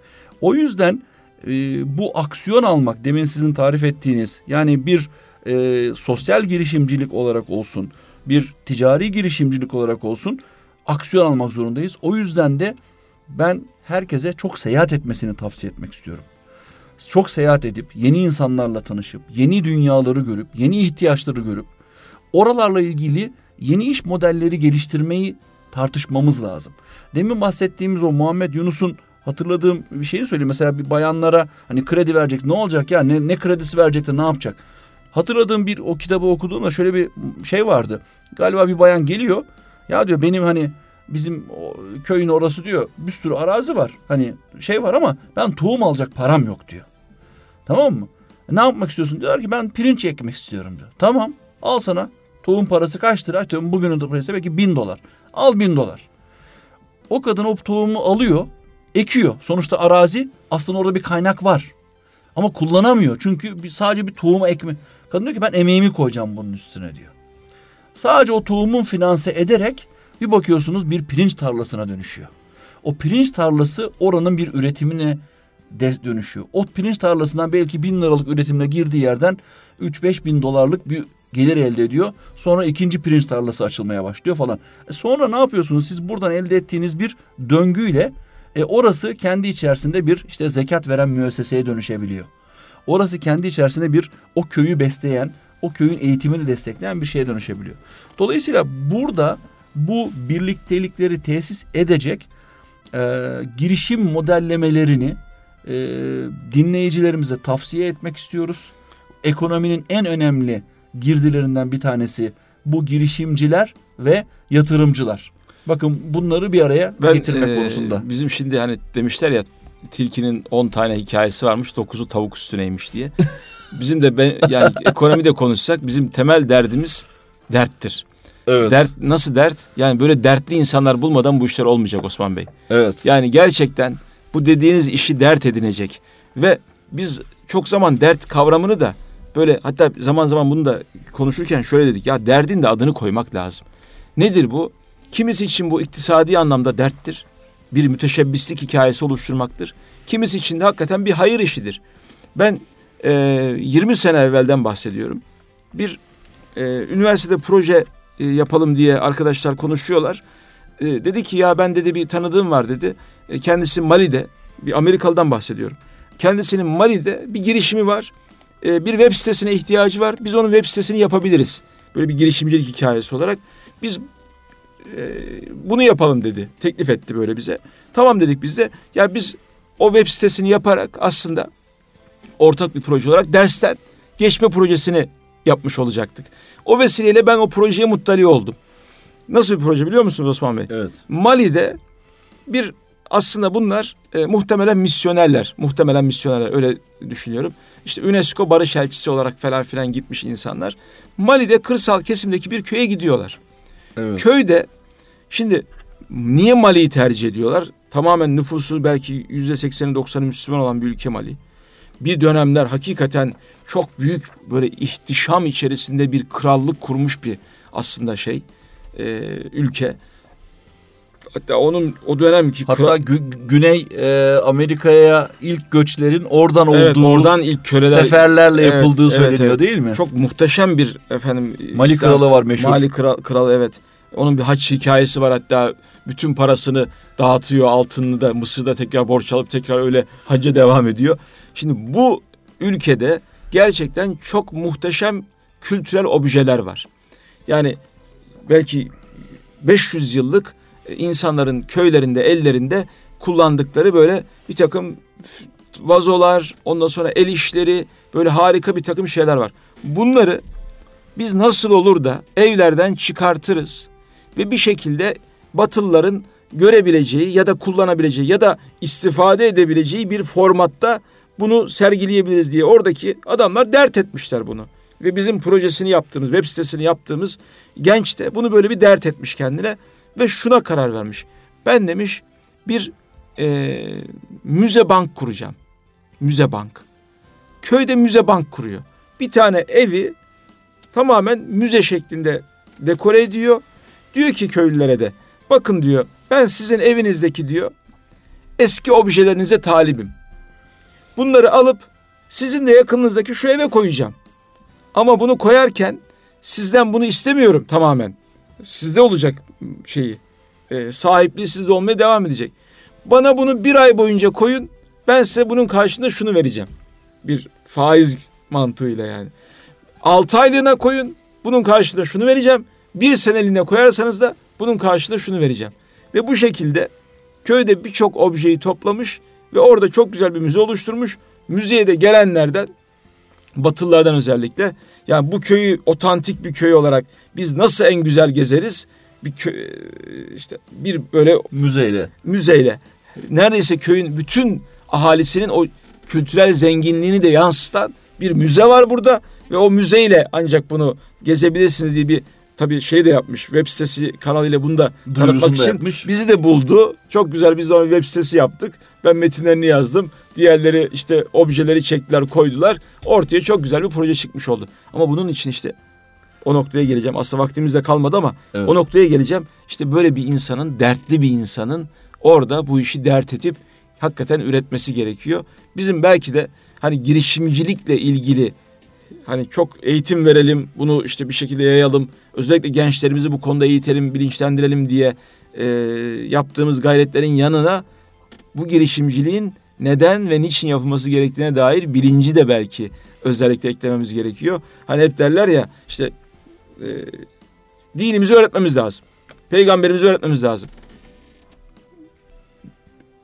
O yüzden e, bu aksiyon almak, demin sizin tarif ettiğiniz, yani bir e, sosyal girişimcilik olarak olsun, bir ticari girişimcilik olarak olsun, aksiyon almak zorundayız. O yüzden de ben herkese çok seyahat etmesini tavsiye etmek istiyorum. Çok seyahat edip, yeni insanlarla tanışıp, yeni dünyaları görüp, yeni ihtiyaçları görüp, oralarla ilgili yeni iş modelleri geliştirmeyi tartışmamız lazım. Demin bahsettiğimiz o Muhammed Yunus'un hatırladığım bir şeyi söyleyeyim. Mesela bir bayanlara hani kredi verecek, ne olacak ya, ne, ne kredisi verecek de ne yapacak? Hatırladığım bir o kitabı okuduğumda şöyle bir şey vardı. Galiba bir bayan geliyor. Ya diyor, benim hani bizim o, köyün orası diyor, bir sürü arazi var. Hani şey var ama ben tohum alacak param yok diyor. Tamam mı? E, ne yapmak istiyorsun? Diyorlar ki ben pirinç ekmek istiyorum diyor. Tamam, al sana. Tohum parası kaç lira? Diyorum, bugünün de parası belki bin dolar. Al bin dolar. O kadın o tohumu alıyor, ekiyor. Sonuçta arazi, aslında orada bir kaynak var. Ama kullanamıyor. Çünkü sadece bir tohumu ekme. Kadın diyor ki ben emeğimi koyacağım bunun üstüne diyor. Sadece o tohumun finanse ederek bir bakıyorsunuz bir pirinç tarlasına dönüşüyor. O pirinç tarlası oranın bir üretimine de dönüşüyor. O pirinç tarlasından belki bin liralık üretimle girdiği yerden üç beş bin dolarlık bir gelir elde ediyor. Sonra ikinci pirinç tarlası açılmaya başlıyor falan. E sonra ne yapıyorsunuz? Siz buradan elde ettiğiniz bir döngüyle e orası kendi içerisinde bir işte zekat veren müesseseye dönüşebiliyor. Orası kendi içerisinde bir o köyü besleyen, o köyün eğitimini destekleyen bir şeye dönüşebiliyor. Dolayısıyla burada bu birliktelikleri tesis edecek e, girişim modellemelerini e, dinleyicilerimize tavsiye etmek istiyoruz. Ekonominin en önemli girdilerinden bir tanesi bu girişimciler ve yatırımcılar. Bakın bunları bir araya ben, getirmek e, konusunda. Bizim şimdi hani demişler ya, tilkinin on tane hikayesi varmış, dokuzu tavuk üstüneymiş diye. Bizim de ben, yani ekonomide konuşsak bizim temel derdimiz derttir. Evet. Dert nasıl dert? Yani böyle dertli insanlar bulmadan bu işler olmayacak Osman Bey. Evet. Yani gerçekten bu dediğiniz işi dert edinecek ve biz çok zaman dert kavramını da böyle, hatta zaman zaman bunu da konuşurken şöyle dedik, ya derdin de adını koymak lazım. Nedir bu? Kimisi için bu iktisadi anlamda derttir. Bir müteşebbislik hikayesi oluşturmaktır. Kimisi için de hakikaten bir hayır işidir. Ben e, yirmi sene evvelden bahsediyorum. Bir e, üniversitede proje e, yapalım diye arkadaşlar konuşuyorlar. E, dedi ki ya ben dedi bir tanıdığım var dedi. E, kendisi Mali'de, bir Amerikalı'dan bahsediyorum. Kendisinin Mali'de bir girişimi var. E, bir web sitesine ihtiyacı var. Biz onun web sitesini yapabiliriz. Böyle bir girişimcilik hikayesi olarak. Biz bunu yapalım dedi. Teklif etti böyle bize. Tamam dedik biz de. Ya biz o web sitesini yaparak aslında ortak bir proje olarak dersten geçme projesini yapmış olacaktık. O vesileyle ben o projeye muttali oldum. Nasıl bir proje biliyor musunuz Osman Bey? Evet. Mali'de bir, aslında bunlar e, muhtemelen misyonerler. Muhtemelen misyonerler, öyle düşünüyorum. İşte UNESCO barış elçisi olarak falan filan gitmiş insanlar. Mali'de kırsal kesimdeki bir köye gidiyorlar. Evet. Köyde şimdi niye Mali'yi tercih ediyorlar? Tamamen nüfusu belki yüzde sekseni doksanı Müslüman olan bir ülke Mali. Bir dönemler hakikaten çok büyük böyle ihtişam içerisinde bir krallık kurmuş bir aslında şey e, ülke. Hatta onun o dönemki hatta kral... gü- Güney e, Amerika'ya ilk göçlerin oradan evet, olduğu, oradan ilk köleler seferlerle evet, yapıldığı evet, söyleniyor evet. değil mi? Çok muhteşem bir efendim Mali İslam, kralı var meşhur. Mali kral, kralı evet. Onun bir haç hikayesi var, hatta bütün parasını dağıtıyor, altınını da Mısır'da tekrar borç alıp tekrar öyle hacca devam ediyor. Şimdi bu ülkede gerçekten çok muhteşem kültürel objeler var. Yani belki beş yüz yıllık insanların köylerinde, ellerinde kullandıkları böyle bir takım vazolar, ondan sonra el işleri, böyle harika bir takım şeyler var. Bunları biz nasıl olur da evlerden çıkartırız ve bir şekilde Batılıların görebileceği ya da kullanabileceği ya da istifade edebileceği bir formatta bunu sergileyebiliriz diye oradaki adamlar dert etmişler bunu. Ve bizim projesini yaptığımız, web sitesini yaptığımız genç de bunu böyle bir dert etmiş kendine ve şuna karar vermiş. Ben demiş bir e, müze bank kuracağım. Müze bank. Köyde müze bank kuruyor. Bir tane evi tamamen müze şeklinde dekore ediyor. Diyor ki köylülere de bakın diyor, ben sizin evinizdeki diyor eski objelerinize talibim. Bunları alıp sizin de yakınınızdaki şu eve koyacağım. Ama bunu koyarken sizden bunu istemiyorum tamamen. Sizde olacak şeyi. E, sahipliği sizde olmaya devam edecek. Bana bunu bir ay boyunca koyun. Ben size bunun karşılığında şunu vereceğim. Bir faiz mantığıyla yani. Altı aylığına koyun. Bunun karşılığında şunu vereceğim. Bir seneliğine koyarsanız da bunun karşılığında şunu vereceğim. Ve bu şekilde köyde birçok objeyi toplamış ve orada çok güzel bir müze oluşturmuş. Müzeye de gelenlerden, Batılılardan özellikle, yani bu köyü otantik bir köy olarak biz nasıl en güzel gezeriz? Bir köy, işte bir böyle müzeyle. Müzeyle. Neredeyse köyün bütün ahalisinin o kültürel zenginliğini de yansıtan bir müze var burada ve o müzeyle ancak bunu gezebilirsiniz diye bir tabii şey de yapmış. Web sitesi kanalıyla bunu da tanıtmak için yapmış. Bizi de buldu. Çok güzel, biz de onun web sitesi yaptık. Ben metinlerini yazdım. Diğerleri işte objeleri çektiler, koydular. Ortaya çok güzel bir proje çıkmış oldu. Ama bunun için işte o noktaya geleceğim. Aslında vaktimiz de kalmadı ama evet, o noktaya geleceğim. İşte böyle bir insanın, dertli bir insanın orada bu işi dert edip hakikaten üretmesi gerekiyor. Bizim belki de hani girişimcilikle ilgili hani çok eğitim verelim, bunu işte bir şekilde yayalım, özellikle gençlerimizi bu konuda eğitelim, bilinçlendirelim diye e, yaptığımız gayretlerin yanına bu girişimciliğin neden ve niçin yapılması gerektiğine dair bilinci de belki özellikle eklememiz gerekiyor. Hani hep derler ya işte e, dinimizi öğretmemiz lazım, peygamberimizi öğretmemiz lazım.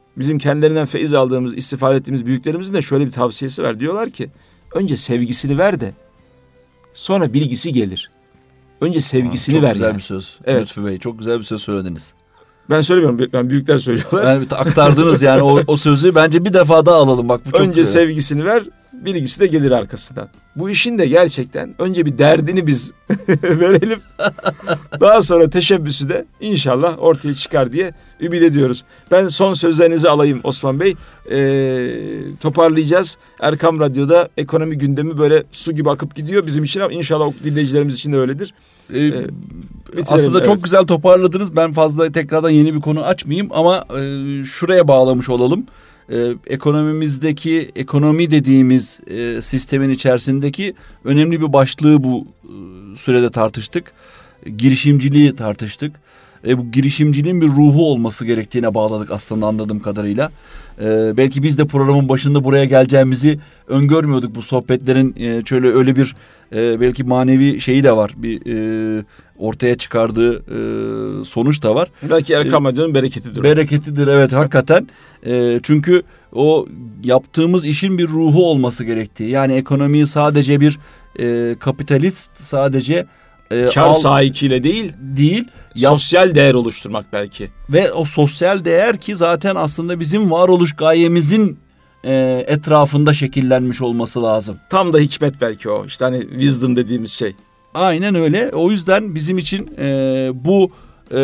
Bizim kendilerinden feyiz aldığımız, istifade ettiğimiz büyüklerimizin de şöyle bir tavsiyesi var. Diyorlar ki önce sevgisini ver de sonra bilgisi gelir. Önce sevgisini çok ver. Çok güzel yani. bir söz. Evet. Lütfü Bey çok güzel bir söz söylediniz. Ben söylemiyorum, ben büyükler söylüyorlar. Yani aktardınız yani o, o sözü bence bir defa daha alalım. Bak bu çok önce güzel. Sevgisini ver, bilgisi de gelir arkasından. Bu işin de gerçekten önce bir derdini biz verelim. Daha sonra teşebbüsü de inşallah ortaya çıkar diye ümit ediyoruz. Ben son sözlerinizi alayım Osman Bey. Ee, toparlayacağız. Erkam Radyo'da ekonomi gündemi böyle su gibi akıp gidiyor bizim için, ama inşallah dinleyicilerimiz için de öyledir. Ee, ee, aslında evet. Çok güzel toparladınız. Ben fazla tekrardan yeni bir konu açmayayım ama e, şuraya bağlamış olalım. Ee, ekonomimizdeki ekonomi dediğimiz e, sistemin içerisindeki önemli bir başlığı bu e, sürede tartıştık. Girişimciliği tartıştık. E, bu girişimciliğin bir ruhu olması gerektiğine bağladık aslında anladığım kadarıyla. E, belki biz de programın başında buraya geleceğimizi öngörmüyorduk. Bu sohbetlerin e, şöyle öyle bir e, belki manevi şeyi de var. Bir e, ortaya çıkardığı e, sonuç da var. Belki Erkam Radyo'nun bereketidir. Bereketidir evet hakikaten. E, çünkü o yaptığımız işin bir ruhu olması gerektiği. Yani ekonomiyi sadece bir e, kapitalist sadece e, kar al, sahikiyle değil, değil yap, sosyal değer oluşturmak belki. Ve o sosyal değer ki zaten aslında bizim varoluş gayemizin e, etrafında şekillenmiş olması lazım. Tam da hikmet belki o. İşte hani wisdom dediğimiz şey. Aynen öyle. O yüzden bizim için e, bu e,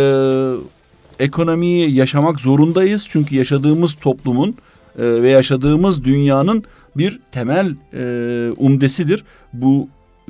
ekonomiyi yaşamak zorundayız. Çünkü yaşadığımız toplumun e, ve yaşadığımız dünyanın bir temel e, umdesidir bu e,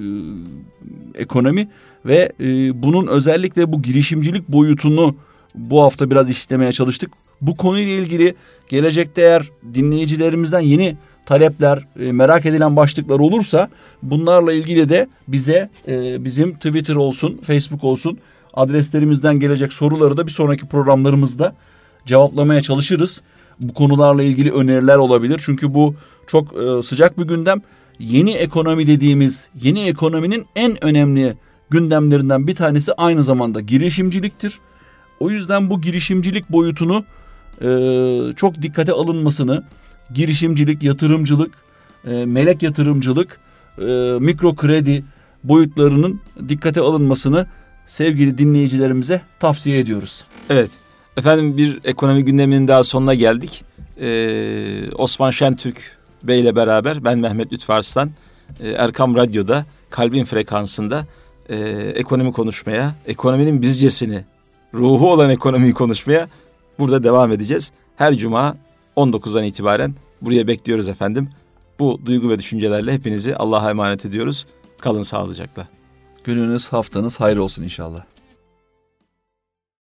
ekonomi. Ve e, bunun özellikle bu girişimcilik boyutunu bu hafta biraz işlemeye çalıştık. Bu konuyla ilgili gelecekte eğer dinleyicilerimizden yeni talepler, e, merak edilen başlıklar olursa bunlarla ilgili de bize e, bizim Twitter olsun, Facebook olsun adreslerimizden gelecek soruları da bir sonraki programlarımızda cevaplamaya çalışırız. Bu konularla ilgili öneriler olabilir. Çünkü bu çok e, sıcak bir gündem. Yeni ekonomi dediğimiz, yeni ekonominin en önemli gündemlerinden bir tanesi aynı zamanda girişimciliktir. O yüzden bu girişimcilik boyutunu e, çok dikkate alınmasını, girişimcilik, yatırımcılık, e, melek yatırımcılık, e, mikro kredi boyutlarının dikkate alınmasını sevgili dinleyicilerimize tavsiye ediyoruz. Evet. Efendim bir ekonomi gündeminin daha sonuna geldik. Ee, Osman Şentürk Bey ile beraber ben Mehmet Lütfü Arslan, e, Erkam Radyo'da Kalbin Frekansı'nda e, ekonomi konuşmaya, ekonominin bizcesini, ruhu olan ekonomiyi konuşmaya burada devam edeceğiz. Her cuma on dokuzdan itibaren buraya bekliyoruz efendim. Bu duygu ve düşüncelerle hepinizi Allah'a emanet ediyoruz. Kalın sağlıcakla. Gününüz, haftanız hayır olsun inşallah.